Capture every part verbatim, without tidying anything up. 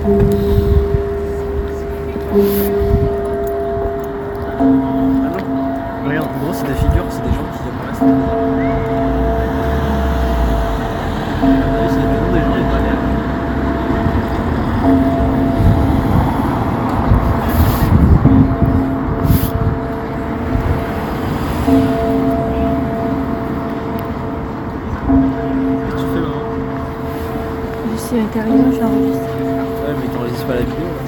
Regarde, en gros, c'est des figures, c'est des gens qui apparaissent dans les arbres. Oui, c'est les maisons des gens, les balais. Qu'est-ce que tu fais, maman? Je suis avec ta réunion, j'enregistre. Ouais, mais t'enregistres pas la vidéo, là.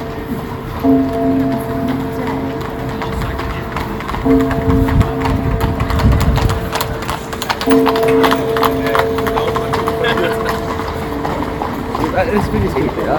Let's finish it, yeah?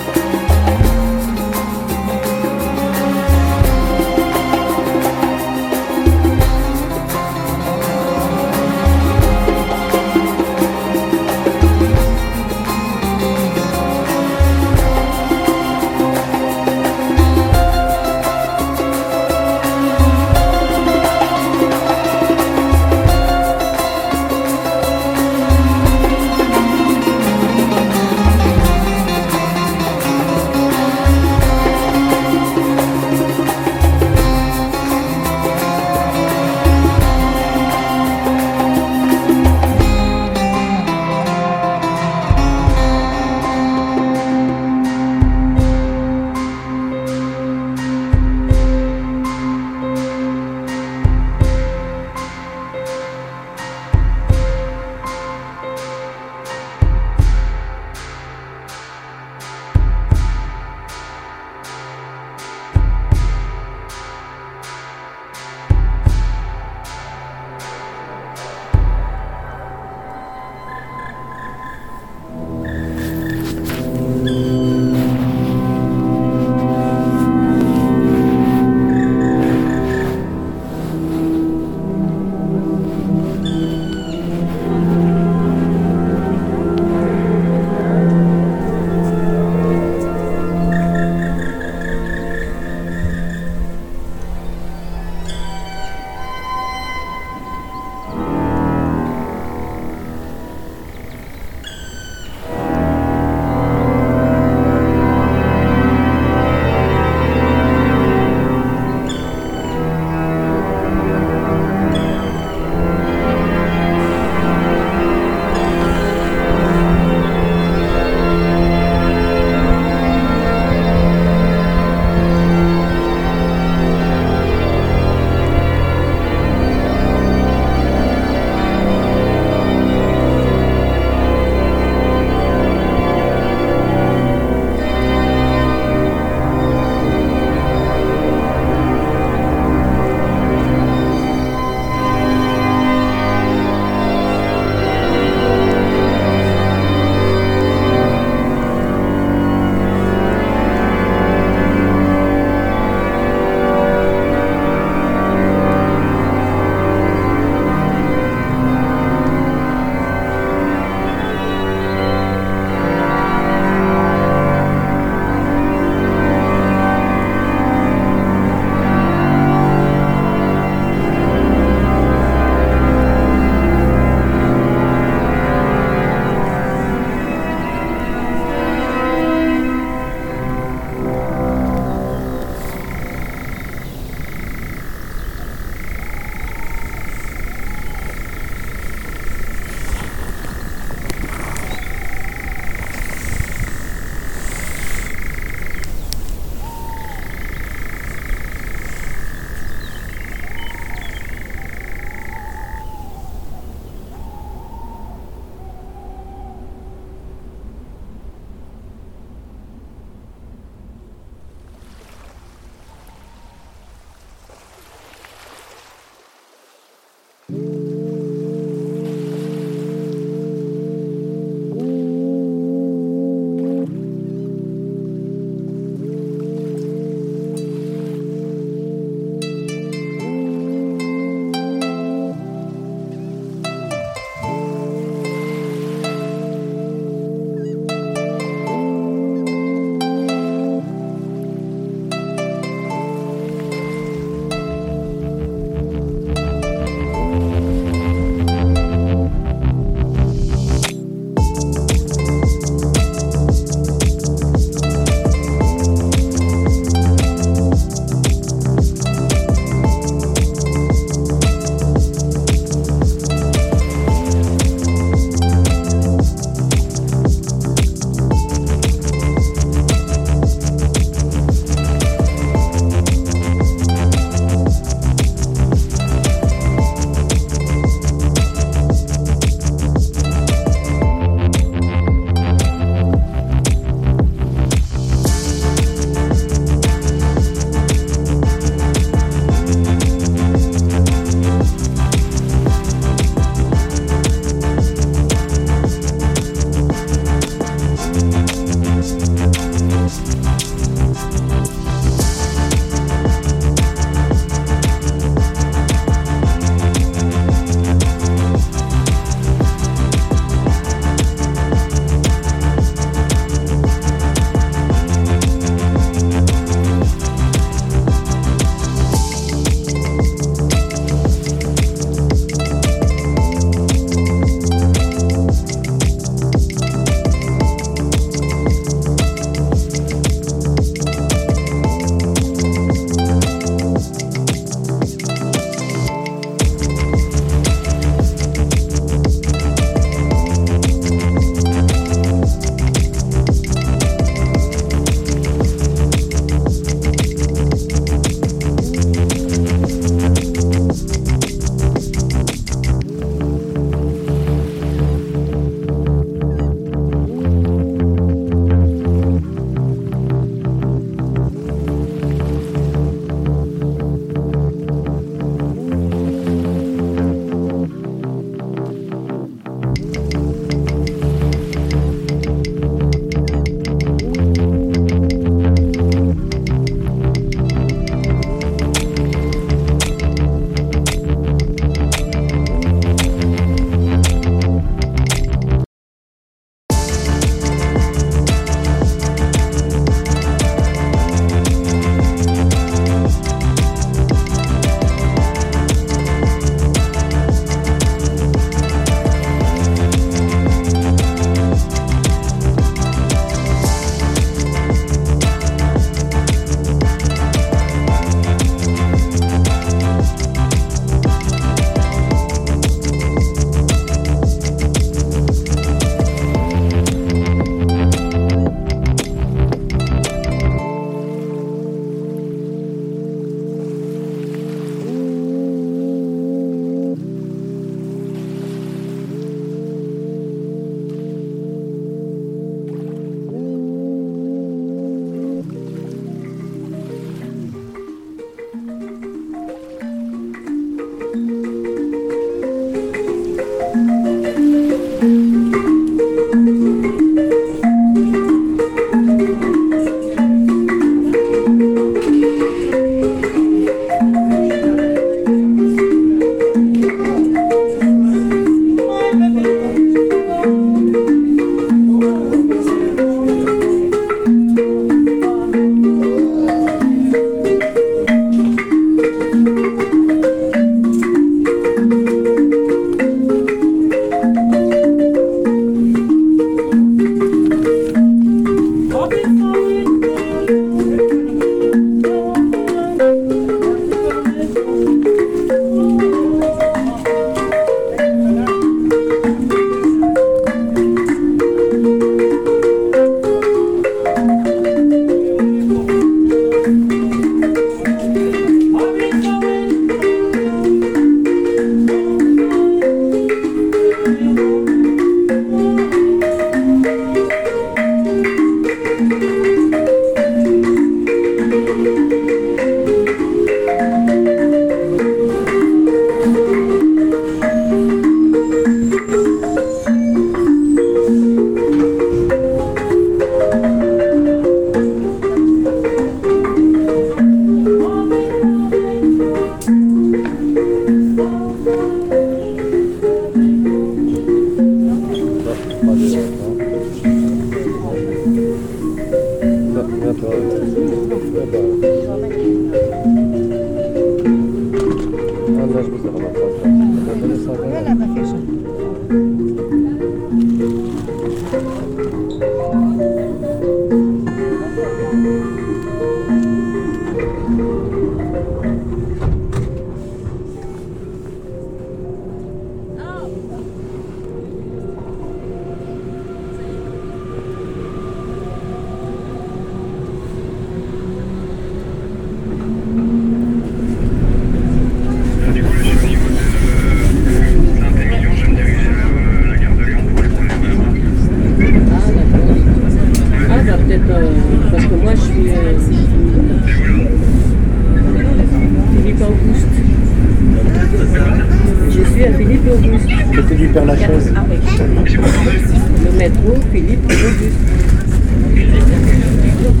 Le métro Philippe Auguste.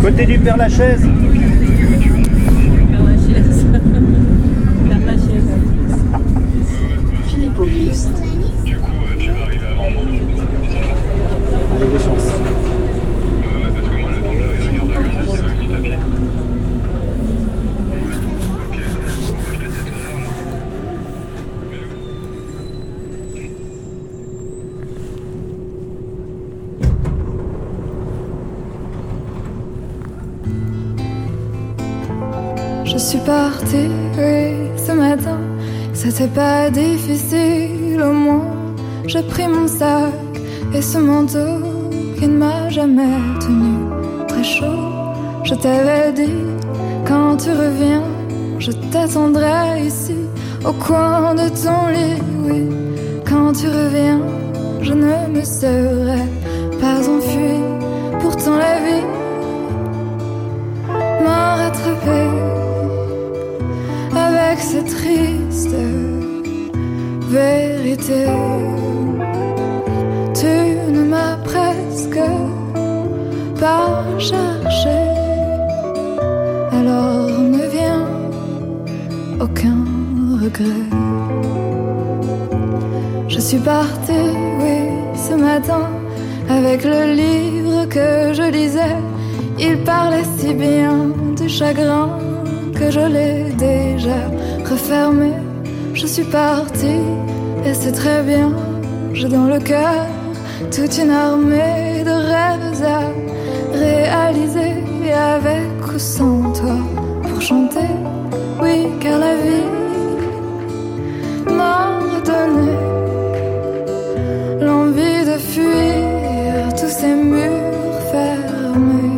Côté du Père Lachaise. Père Lachaise. Père Lachaise. Philippe Auguste. Avec des chances. Je suis partie, oui, ce matin. C'était pas difficile, au moins. J'ai pris mon sac et ce manteau qui ne m'a jamais tenu très chaud. Je t'avais dit, quand tu reviens, je t'attendrai ici, au coin de ton lit, oui. Quand tu reviens, je ne me serai pas enfuie. Pourtant la vie m'a rattrapée avec cette triste vérité. Tu ne m'as presque pas cherché, alors ne vient aucun regret. Je suis partie, oui, ce matin, avec le livre que je lisais. Il parlait si bien du chagrin que je l'ai déjà refermé. Je suis partie et c'est très bien. J'ai dans le cœur toute une armée de rêves à réaliser, avec ou sans toi pour chanter. Oui, car la vie m'a redonné l'envie de fuir tous ces murs fermés.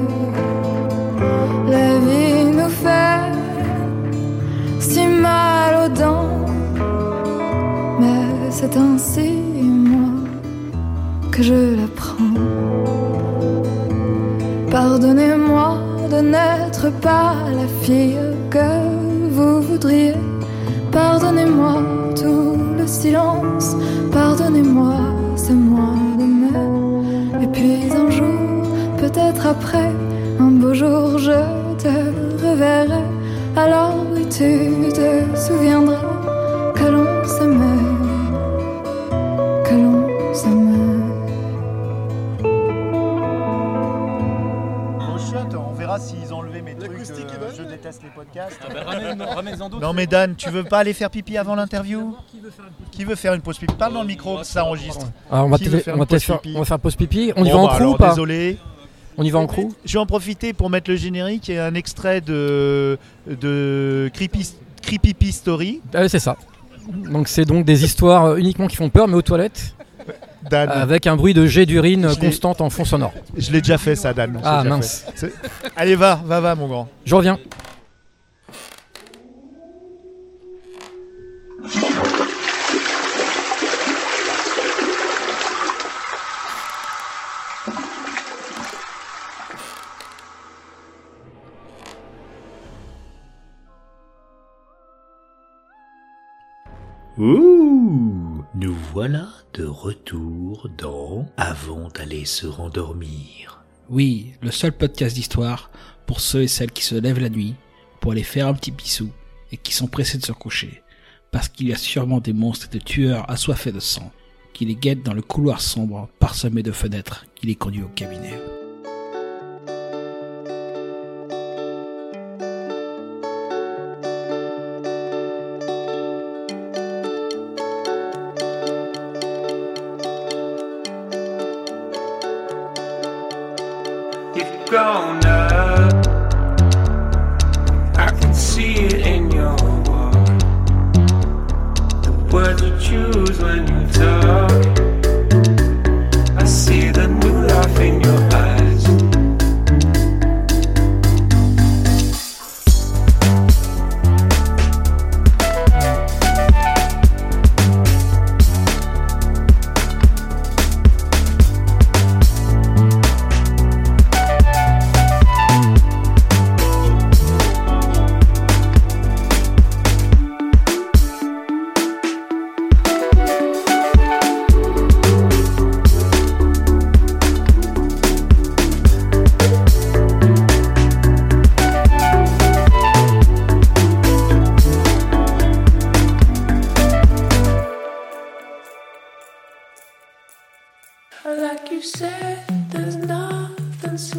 La vie nous fait si mal aux dents, mais c'est ainsi, moi, que je la prends. Pardonnez-moi de n'être pas la fille que vous voudriez. Pardonnez-moi tout le silence. Pardonnez-moi, c'est moi demain. Et puis un jour, peut-être après, un beau jour, je te reverrai. Alors oui, tu te souviendras que l'on s'aimait, que l'on s'aimait. Au shot, on verra s'ils ont enlevé mes trucs. Euh, je déteste les podcasts. Ah bah, ramène, ramène-en d'autres. Non mais Dan, tu veux pas aller faire pipi avant l'interview? Qui veut faire une pause pipi? Parle dans le micro, ça enregistre. Alors on va Qui veut peut-être faire on va une peut-être pause faire, pipi on va faire pause pipi. On y Bon, va en bah, crew alors, ou pas? Désolé. On y va en crew. Je vais en profiter pour mettre le générique et un extrait de, de Creepy, Creepy Story. Ah oui, c'est ça. Donc c'est donc des histoires euh, uniquement qui font peur, mais aux toilettes, Dan, avec un bruit de jet d'urine Je l'ai- constante en fond sonore. je l'ai déjà fait ça, Dan. Je l'ai Ah, déjà mince. fait. C'est- Allez, va, va, va, mon grand. Je reviens. Ouh, nous voilà de retour dans Avant d'aller se rendormir. Oui, le seul podcast d'histoire pour ceux et celles qui se lèvent la nuit pour aller faire un petit pissou et qui sont pressés de se coucher, parce qu'il y a sûrement des monstres et des tueurs assoiffés de sang qui les guettent dans le couloir sombre parsemé de fenêtres qui les conduit au cabinet. You've grown up, I can see it in your walk. The words you choose when you talk, I see the new life in your eyes.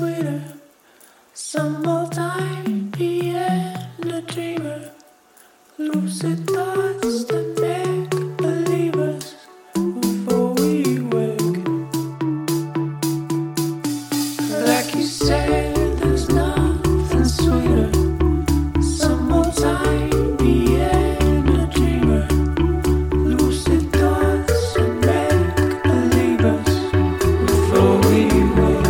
sweeter. Some more time being a dreamer. Lucid thoughts that make believers before we wake. Like you said, there's nothing sweeter. Some more time being a dreamer. Lucid thoughts that make believers before we wake.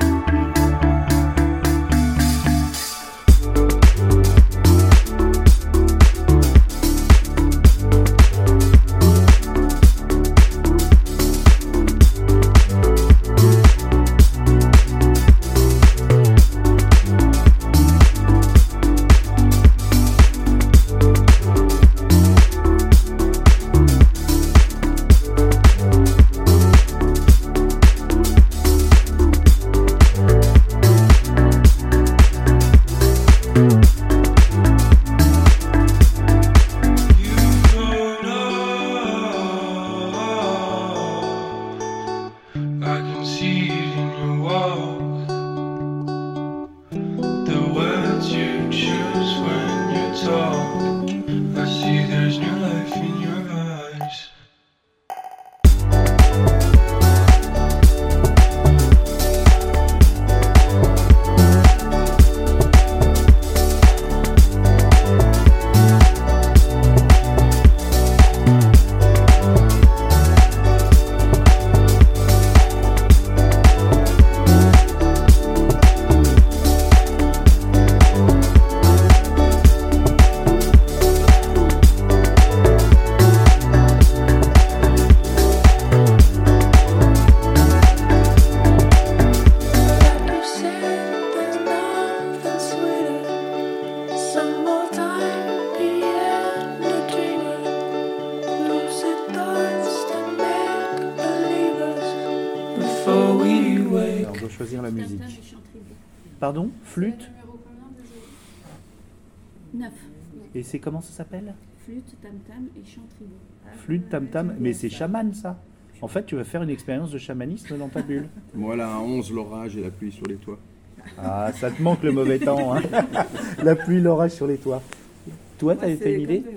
I can see it in your walk. The words you choose when you talk. I see there's new life in your eyes. Alors, on doit choisir la musique. Tam-tam et chant tribut. Pardon? Flûte? Numéro combien, désolé? neuf. Et c'est comment ça s'appelle? Flûte, tam-tam et chant tribut. Flûte, tam-tam. Mais c'est chaman, ça. En fait, tu vas faire une expérience de chamanisme dans ta bulle. Voilà, à onze, l'orage et la pluie sur les toits. Ah, ça te manque le mauvais temps, hein. La pluie, l'orage sur les toits. Toi, t'as t'as une idée?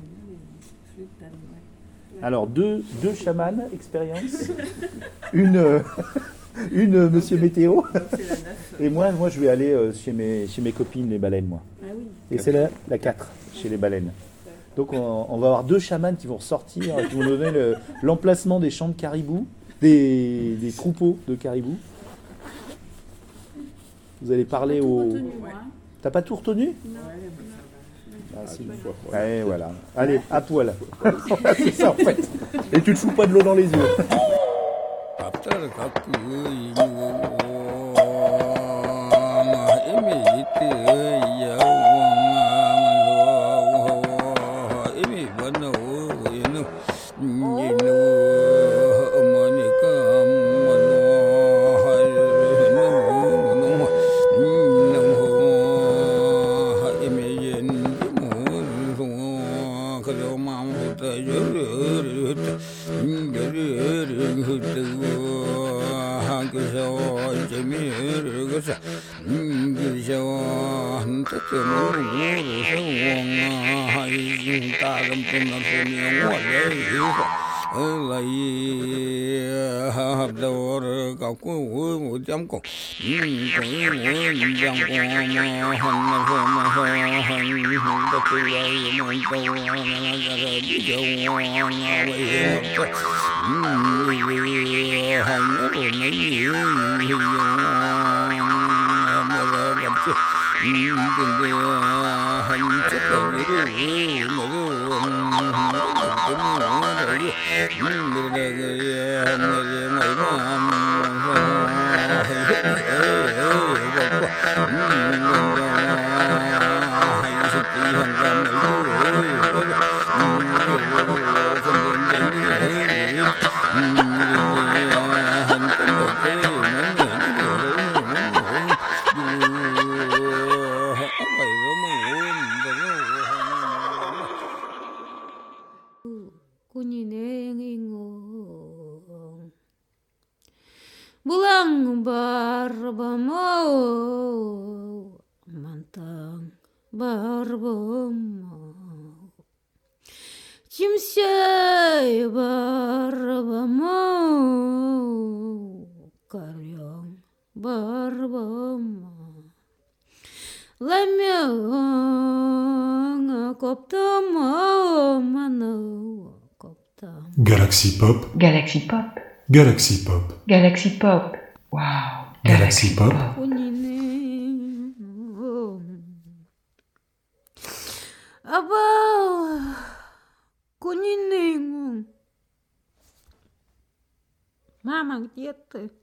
Alors, deux, deux chamans, expérience. Une, euh, une euh, monsieur météo. Et moi, moi, je vais aller euh, chez, mes, chez mes copines, les baleines, moi. Ah oui. Et c'est la, la quatre, chez les baleines. Donc, on, on va avoir deux chamans qui vont ressortir, qui vont donner le- l'emplacement des champs de caribou, des, des troupeaux de caribou. Vous allez parler Tout au... retenu, moi, hein. T'as pas tout retenu? Non. Ah, si. Ouais, voilà. Allez, à poil. C'est ça, en fait. Et tu te fous pas de l'eau dans les yeux. 군이 냉행어 barbamu mantang barbamu Kimsey barbamu karyong barbamu Lemyong koptam manu koptam Galaxy Pop. Galaxy Pop. Galaxy Pop. Galaxy Pop. Wow. Galaxy Pop. Aba kunining. Mama, где ты?